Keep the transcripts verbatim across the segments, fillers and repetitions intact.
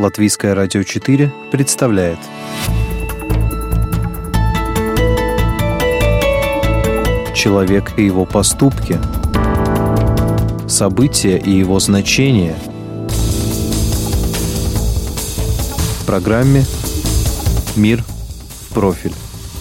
Латвийское радио четыре представляет «Человек и его поступки. События и его значения». В программе «Мир в профиль».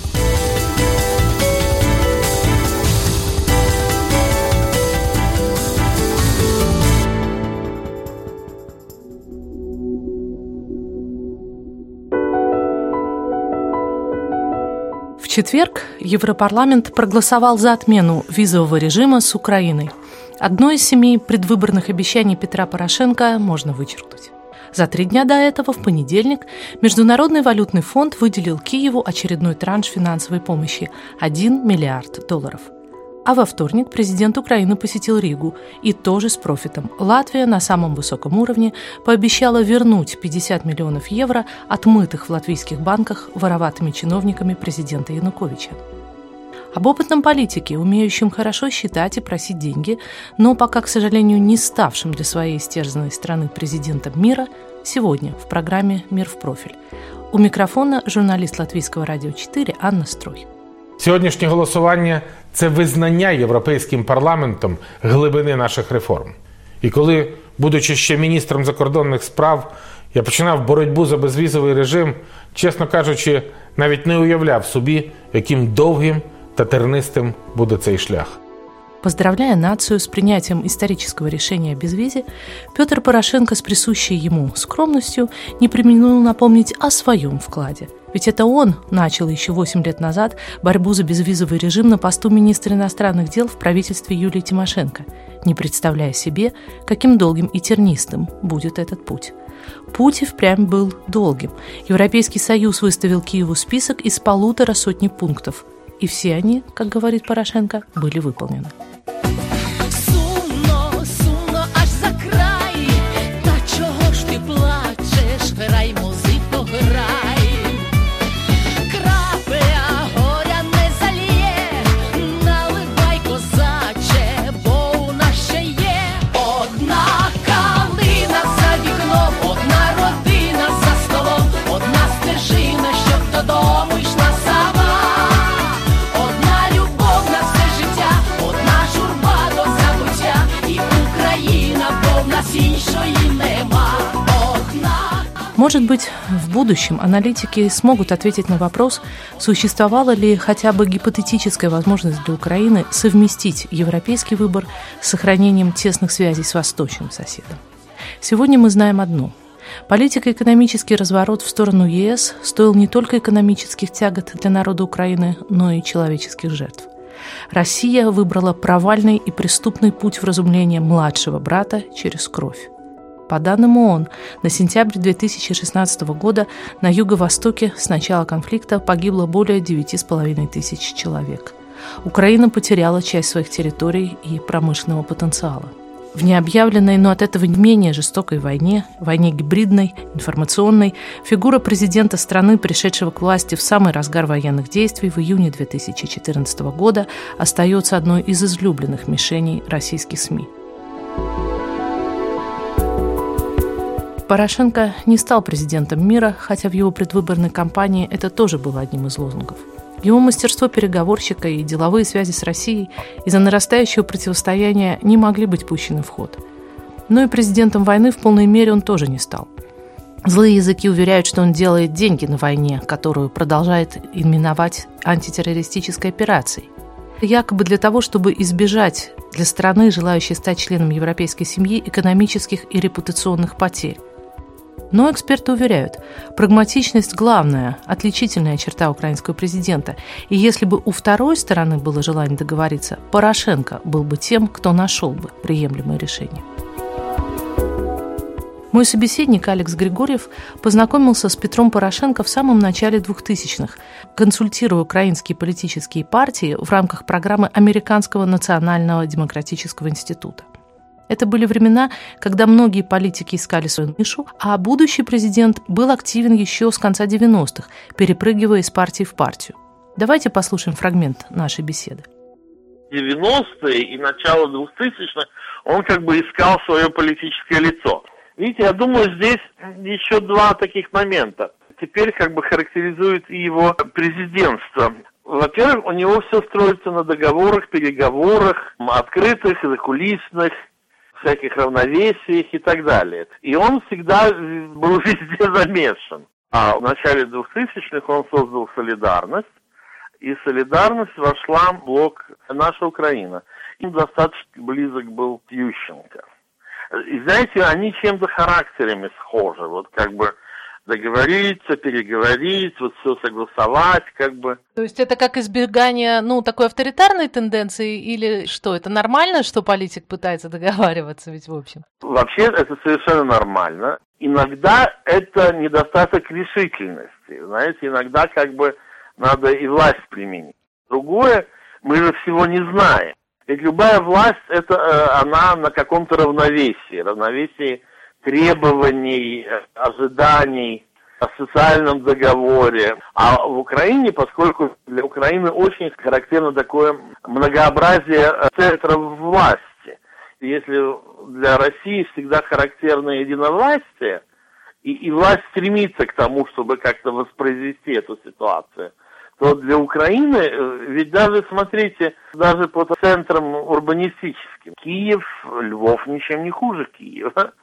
В четверг Европарламент проголосовал за отмену визового режима с Украиной. Одно из семи предвыборных обещаний Петра Порошенко можно вычеркнуть. За три дня до этого, в понедельник, Международный валютный фонд выделил Киеву очередной транш финансовой помощи – один миллиард долларов. А во вторник президент Украины посетил Ригу, и тоже с профитом. Латвия на самом высоком уровне пообещала вернуть пятьдесят миллионов евро, отмытых в латвийских банках вороватыми чиновниками президента Януковича. Об опытном политике, умеющем хорошо считать и просить деньги, но пока, к сожалению, не ставшим для своей истерзанной страны президентом мира, сегодня в программе «Мир в профиль». У микрофона журналист Латвийского радио четыре Анна Строй. Сьогоднішнє голосування – це визнання Європейським парламентом глибини наших реформ. І коли, будучи ще міністром закордонних справ, я починав боротьбу за безвізовий режим, чесно кажучи, навіть не уявляв собі, яким довгим та тернистим буде цей шлях. Поздравляя нацию с принятием исторического решения о безвизе, Петр Порошенко с присущей ему скромностью не преминул напомнить о своем вкладе. Ведь это он начал еще восемь лет назад борьбу за безвизовый режим на посту министра иностранных дел в правительстве Юлии Тимошенко, не представляя себе, каким долгим и тернистым будет этот путь. Путь и впрямь был долгим. Европейский Союз выставил Киеву список из полутора сотни пунктов. И все они, как говорит Порошенко, были выполнены. Сумно, сумно аж за край. Та чого ж ти плачеш? Грай, музико, грай. Крапля горя не заліє. Наливай, козаче, бо у нас ще є. Одна калина за вікном, одна родина за столом, одна стежина, щоб додому йшла сама. Может быть, в будущем аналитики смогут ответить на вопрос, существовала ли хотя бы гипотетическая возможность для Украины совместить европейский выбор с сохранением тесных связей с восточным соседом. Сегодня мы знаем одно. Политико-экономический разворот в сторону ЕС стоил не только экономических тягот для народа Украины, но и человеческих жертв. Россия выбрала провальный и преступный путь вразумления младшего брата через кровь. По данным ООН, на сентябрь две тысячи шестнадцатого года на юго-востоке с начала конфликта погибло более девяти с половиной тысяч человек. Украина потеряла часть своих территорий и промышленного потенциала. В необъявленной, но от этого не менее жестокой войне, войне гибридной, информационной, фигура президента страны, пришедшего к власти в самый разгар военных действий в июне две тысячи четырнадцатого года, остается одной из излюбленных мишеней российских СМИ. Порошенко не стал президентом мира, хотя в его предвыборной кампании это тоже было одним из лозунгов. Его мастерство переговорщика и деловые связи с Россией из-за нарастающего противостояния не могли быть пущены в ход. Но и президентом войны в полной мере он тоже не стал. Злые языки уверяют, что он делает деньги на войне, которую продолжает именовать антитеррористической операцией. Якобы для того, чтобы избежать для страны, желающей стать членом европейской семьи, экономических и репутационных потерь. Но эксперты уверяют, прагматичность – главная, отличительная черта украинского президента. И если бы у второй стороны было желание договориться, Порошенко был бы тем, кто нашел бы приемлемое решение. Мой собеседник Алекс Григорьев познакомился с Петром Порошенко в самом начале двухтысячных, консультируя украинские политические партии в рамках программы Американского национального демократического института. Это были времена, когда многие политики искали свою нишу, а будущий президент был активен еще с конца девяностых, перепрыгивая из партии в партию. Давайте послушаем фрагмент нашей беседы. девяностые и начало двухтысячных он как бы искал свое политическое лицо. Видите, я думаю, здесь еще два таких момента. Теперь как бы характеризует и его президентство. Во-первых, у него все строится на договорах, переговорах, открытых, закулисных, всяких равновесиях и так далее. И он всегда был везде замешан. А в начале двухтысячных он создал «Солидарность», и «Солидарность» вошла в блок «Наша Украина». Им достаточно близок был Ющенко. И знаете, они чем-то характерами схожи. Вот как бы договориться, переговорить, вот все согласовать, как бы. То есть это как избегание, ну, такой авторитарной тенденции, или что? Это нормально, что политик пытается договариваться ведь в общем? Вообще это совершенно нормально. Иногда это недостаток решительности. Знаете, иногда как бы надо и власть применить. Другое, мы же всего не знаем. Ведь любая власть, это она на каком-то равновесии, равновесии требований, ожиданий, о социальном договоре. А в Украине, поскольку для Украины очень характерно такое многообразие центров власти. Если для России всегда характерно единовластие, и, и власть стремится к тому, чтобы как-то воспроизвести эту ситуацию, то для Украины, ведь даже, смотрите, даже по центрам урбанистическим, Киев, Львов ничем не хуже Киева,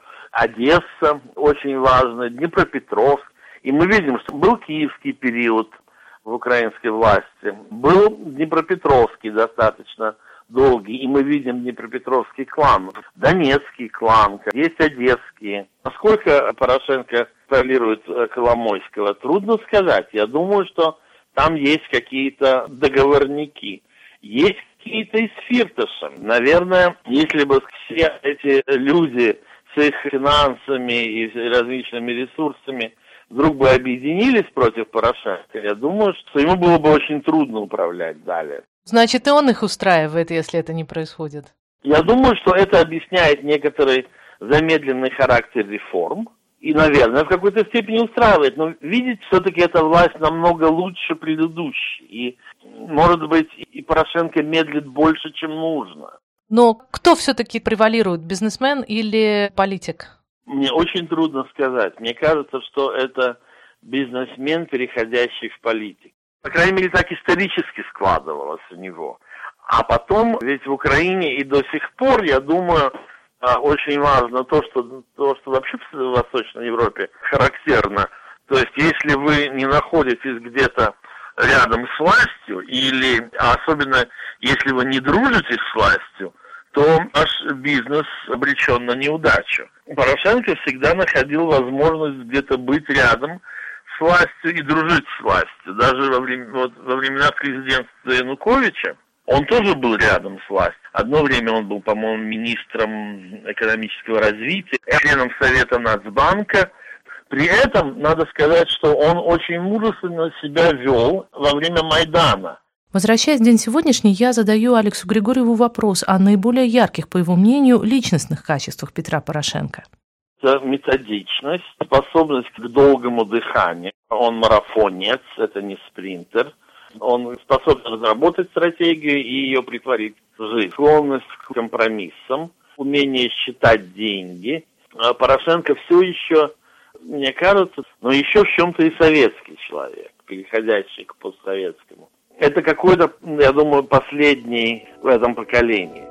Одесса очень важна, Днепропетровск. И мы видим, что был киевский период в украинской власти, был Днепропетровский достаточно долгий, и мы видим Днепропетровский клан, Донецкий клан, есть одесские. Насколько Порошенко контролирует Коломойского, трудно сказать. Я думаю, что там есть какие-то договорники, есть какие-то и с Фирташем. Наверное, если бы все эти люди с их финансами и различными ресурсами вдруг бы объединились против Порошенко, я думаю, что ему было бы очень трудно управлять далее. Значит, и он их устраивает, если это не происходит? Я думаю, что это объясняет некоторый замедленный характер реформ. И, наверное, в какой-то степени устраивает. Но видите, все-таки эта власть намного лучше предыдущей. И, может быть, и Порошенко медлит больше, чем нужно. Но кто все-таки превалирует, бизнесмен или политик? Мне очень трудно сказать. Мне кажется, что это бизнесмен, переходящий в политику. По крайней мере, так исторически складывалось у него. А потом, ведь в Украине и до сих пор, я думаю, очень важно то, что, то, что вообще в Восточной Европе характерно. То есть, если вы не находитесь где-то рядом с властью, или особенно если вы не дружите с властью, то ваш бизнес обречен на неудачу. Порошенко всегда находил возможность где-то быть рядом с властью и дружить с властью. Даже во, время, вот, во времена президентства Януковича он тоже был рядом с властью. Одно время он был, по-моему, министром экономического развития, членом Совета Нацбанка. При этом надо сказать, что он очень мужественно себя вел во время Майдана. Возвращаясь в день сегодняшний, я задаю Алексу Григорьеву вопрос о наиболее ярких, по его мнению, личностных качествах Петра Порошенко. Это методичность, способность к долгому дыханию. Он марафонец, это не спринтер. Он способен разработать стратегию и ее притворить в жизнь. Склонность к компромиссам, умение считать деньги. А Порошенко все еще, мне кажется, но еще в чем-то и советский человек, переходящий к постсоветскому. Это какой-то, я думаю, последний в этом поколении.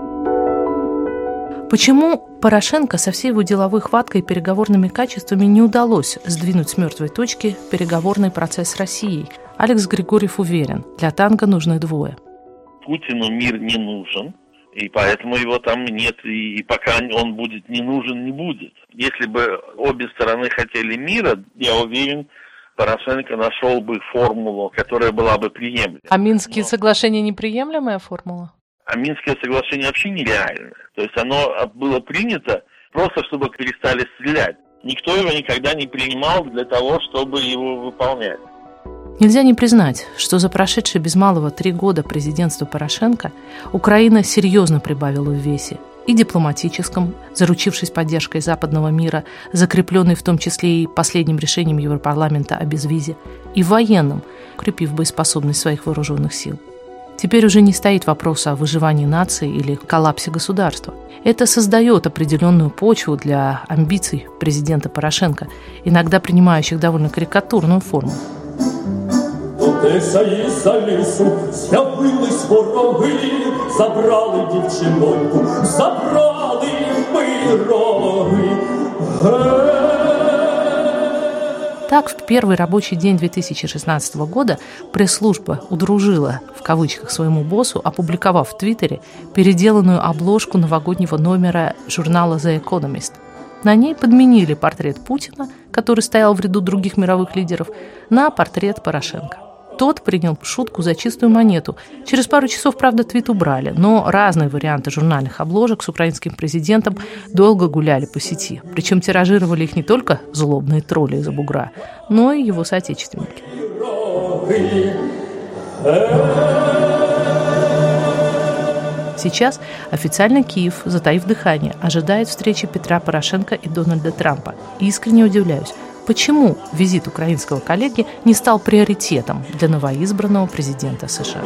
Почему Порошенко со всей его деловой хваткой и переговорными качествами не удалось сдвинуть с мертвой точки переговорный процесс с Россией? Алекс Григорьев уверен, для танго нужны двое. Путину мир не нужен, и поэтому его там нет, и, и пока он будет не нужен, не будет. Если бы обе стороны хотели мира, я уверен, Порошенко нашел бы формулу, которая была бы приемлема. А Минские Но... соглашения неприемлемая формула? А Минское соглашение вообще нереально. То есть оно было принято просто, чтобы перестали стрелять. Никто его никогда не принимал для того, чтобы его выполнять. Нельзя не признать, что за прошедшие без малого три года президентства Порошенко Украина серьезно прибавила в весе и дипломатическом, заручившись поддержкой западного мира, закрепленной в том числе и последним решением Европарламента о безвизе, и военном, укрепив боеспособность своих вооруженных сил. Теперь уже не стоит вопрос о выживании нации или коллапсе государства. Это создает определенную почву для амбиций президента Порошенко, иногда принимающих довольно карикатурную форму. Одеса із-за лісу з'явились вороги, забрали дівчиноньку, забрали пироги. Так, в первый рабочий день две тысячи шестнадцатого года пресс-служба удружила, в кавычках, своему боссу, опубликовав в Твиттере переделанную обложку новогоднего номера журнала «The Economist». На ней подменили портрет Путина, который стоял в ряду других мировых лидеров, на портрет Порошенко. Тот принял шутку за чистую монету. Через пару часов, правда, твит убрали, но разные варианты журнальных обложек с украинским президентом долго гуляли по сети. Причем тиражировали их не только злобные тролли из-за бугра, но и его соотечественники. Сейчас официально Киев, затаив дыхание, ожидает встречи Петра Порошенко и Дональда Трампа. И искренне удивляюсь, почему визит украинского коллеги не стал приоритетом для новоизбранного президента США.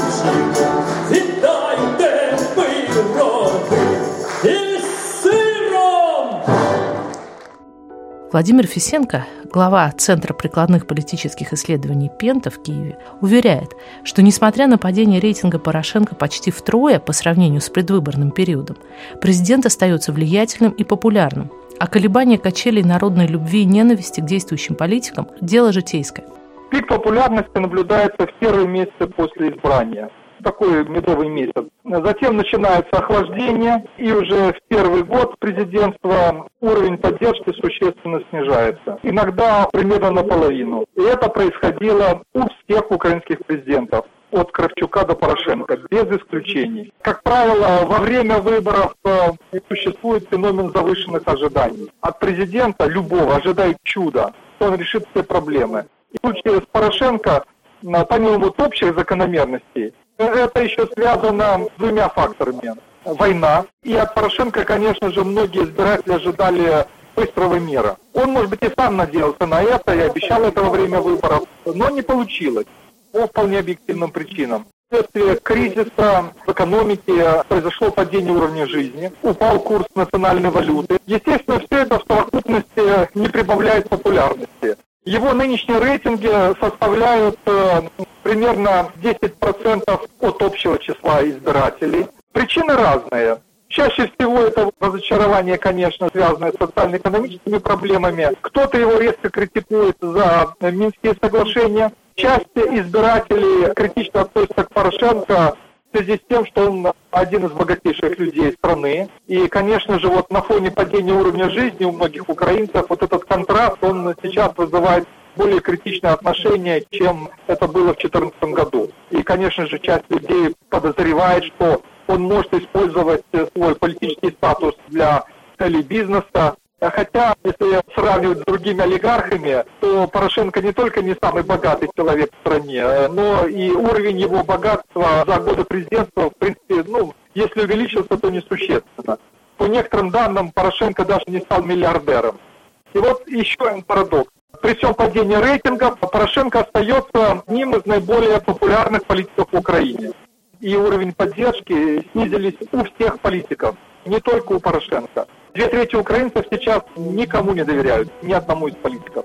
Владимир Фисенко, глава Центра прикладных политических исследований «Пента» в Киеве, уверяет, что несмотря на падение рейтинга Порошенко почти втрое по сравнению с предвыборным периодом, президент остается влиятельным и популярным, а колебания качелей народной любви и ненависти к действующим политикам – дело житейское. Пик популярности наблюдается в первые месяцы после избрания. Такой медовый месяц. Затем начинается охлаждение, и уже в первый год президентства уровень поддержки существенно снижается. Иногда примерно наполовину. И это происходило у всех украинских президентов, от Кравчука до Порошенко, без исключений. Как правило, во время выборов существует феномен завышенных ожиданий. От президента любого ожидают чуда, что он решит все проблемы. И в случае с Порошенко, помимо вот общих закономерностей, это еще связано с двумя факторами. Война. И от Порошенко, конечно же, многие избиратели ожидали быстрого мира. Он, может быть, и сам надеялся на это и обещал это во время выборов, но не получилось по вполне объективным причинам. Вследствие кризиса в экономике произошло падение уровня жизни, упал курс национальной валюты. Естественно, все это в совокупности не прибавляет популярности. Его нынешние рейтинги составляют э, примерно десять процентов от общего числа избирателей. Причины разные. Чаще всего это разочарование, конечно, связанное с социально-экономическими проблемами. Кто-то его резко критикует за Минские соглашения. Часть избирателей критично относится к Порошенко в связи с тем, что он один из богатейших людей страны. И, конечно же, вот на фоне падения уровня жизни у многих украинцев вот этот контраст, он сейчас вызывает более критичное отношение, чем это было в две тысячи четырнадцатом году. И, конечно же, часть людей подозревает, что он может использовать свой политический статус для целей бизнеса. Хотя, если сравнивать с другими олигархами, то Порошенко не только не самый богатый человек в стране, но и уровень его богатства за годы президентства, в принципе, ну, если увеличился, то несущественно. По некоторым данным, Порошенко даже не стал миллиардером. И вот еще один парадокс. При всем падении рейтинга Порошенко остается одним из наиболее популярных политиков в Украине. И уровень поддержки снизились у всех политиков, не только у Порошенко. Две трети украинцев сейчас никому не доверяют, ни одному из политиков.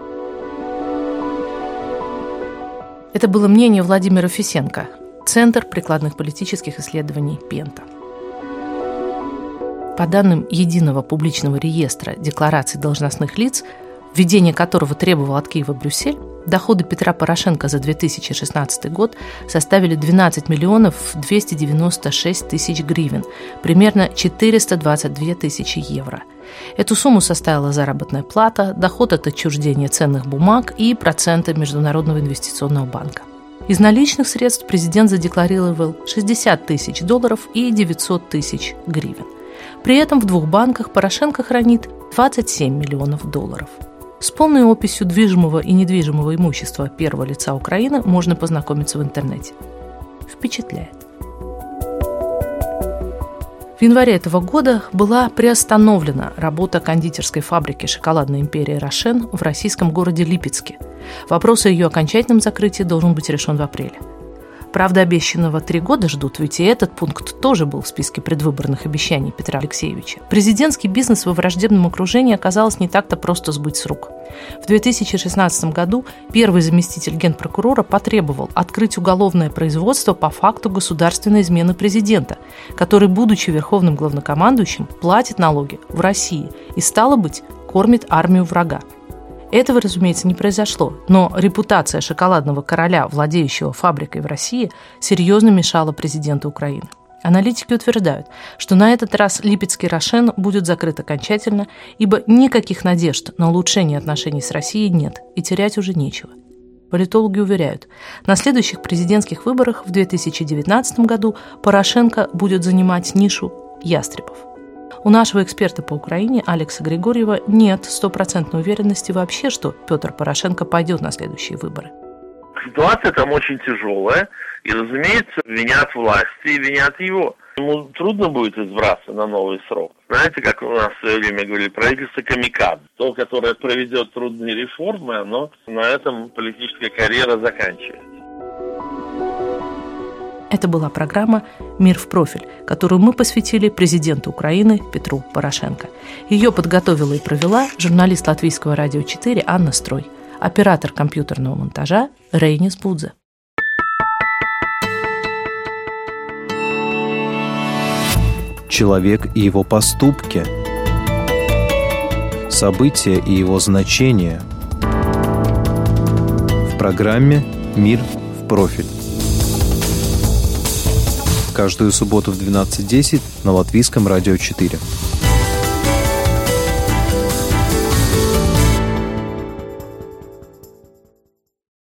Это было мнение Владимира Фисенко, Центр прикладных политических исследований «Пента». По данным Единого публичного реестра деклараций должностных лиц, введение которого требовал от Киева Брюссель, доходы Петра Порошенко за две тысячи шестнадцатый год составили двенадцать миллионов двести девяносто шесть тысяч гривен, примерно четыреста двадцать две тысячи евро. Эту сумму составила заработная плата, доход от отчуждения ценных бумаг и проценты Международного инвестиционного банка. Из наличных средств президент задекларировал шестьдесят тысяч долларов и девятьсот тысяч гривен. При этом в двух банках Порошенко хранит двадцать семь миллионов долларов. С полной описью движимого и недвижимого имущества первого лица Украины можно познакомиться в интернете. Впечатляет. В январе этого года была приостановлена работа кондитерской фабрики «Шоколадная империя Рошен» в российском городе Липецке. Вопрос о ее окончательном закрытии должен быть решен в апреле. Правда, обещанного три года ждут, ведь и этот пункт тоже был в списке предвыборных обещаний Петра Алексеевича. Президентский бизнес во враждебном окружении оказалось не так-то просто сбыть с рук. В две тысячи шестнадцатом году первый заместитель генпрокурора потребовал открыть уголовное производство по факту государственной измены президента, который, будучи верховным главнокомандующим, платит налоги в России и, стало быть, кормит армию врага. Этого, разумеется, не произошло, но репутация шоколадного короля, владеющего фабрикой в России, серьезно мешала президенту Украины. Аналитики утверждают, что на этот раз Липецкий Рошен будет закрыт окончательно, ибо никаких надежд на улучшение отношений с Россией нет, и терять уже нечего. Политологи уверяют, на следующих президентских выборах в две тысячи девятнадцатом году Порошенко будет занимать нишу ястребов. У нашего эксперта по Украине Алекса Григорьева нет стопроцентной уверенности вообще, что Петр Порошенко пойдет на следующие выборы. Ситуация там очень тяжелая, и, разумеется, винят власти и винят его. Ему трудно будет избраться на новый срок. Знаете, как у нас в свое время говорили, правительство камикадзе. То, которое проведет трудные реформы, оно на этом политическая карьера заканчивается. Это была программа «Мир в профиль», которую мы посвятили президенту Украины Петру Порошенко. Ее подготовила и провела журналист Латвийского радио четыре Анна Строй, оператор компьютерного монтажа Рейнис Будзе. Человек и его поступки. События и его значения. В программе «Мир в профиль». Каждую субботу в двенадцать десять на Латвийском радио четыре.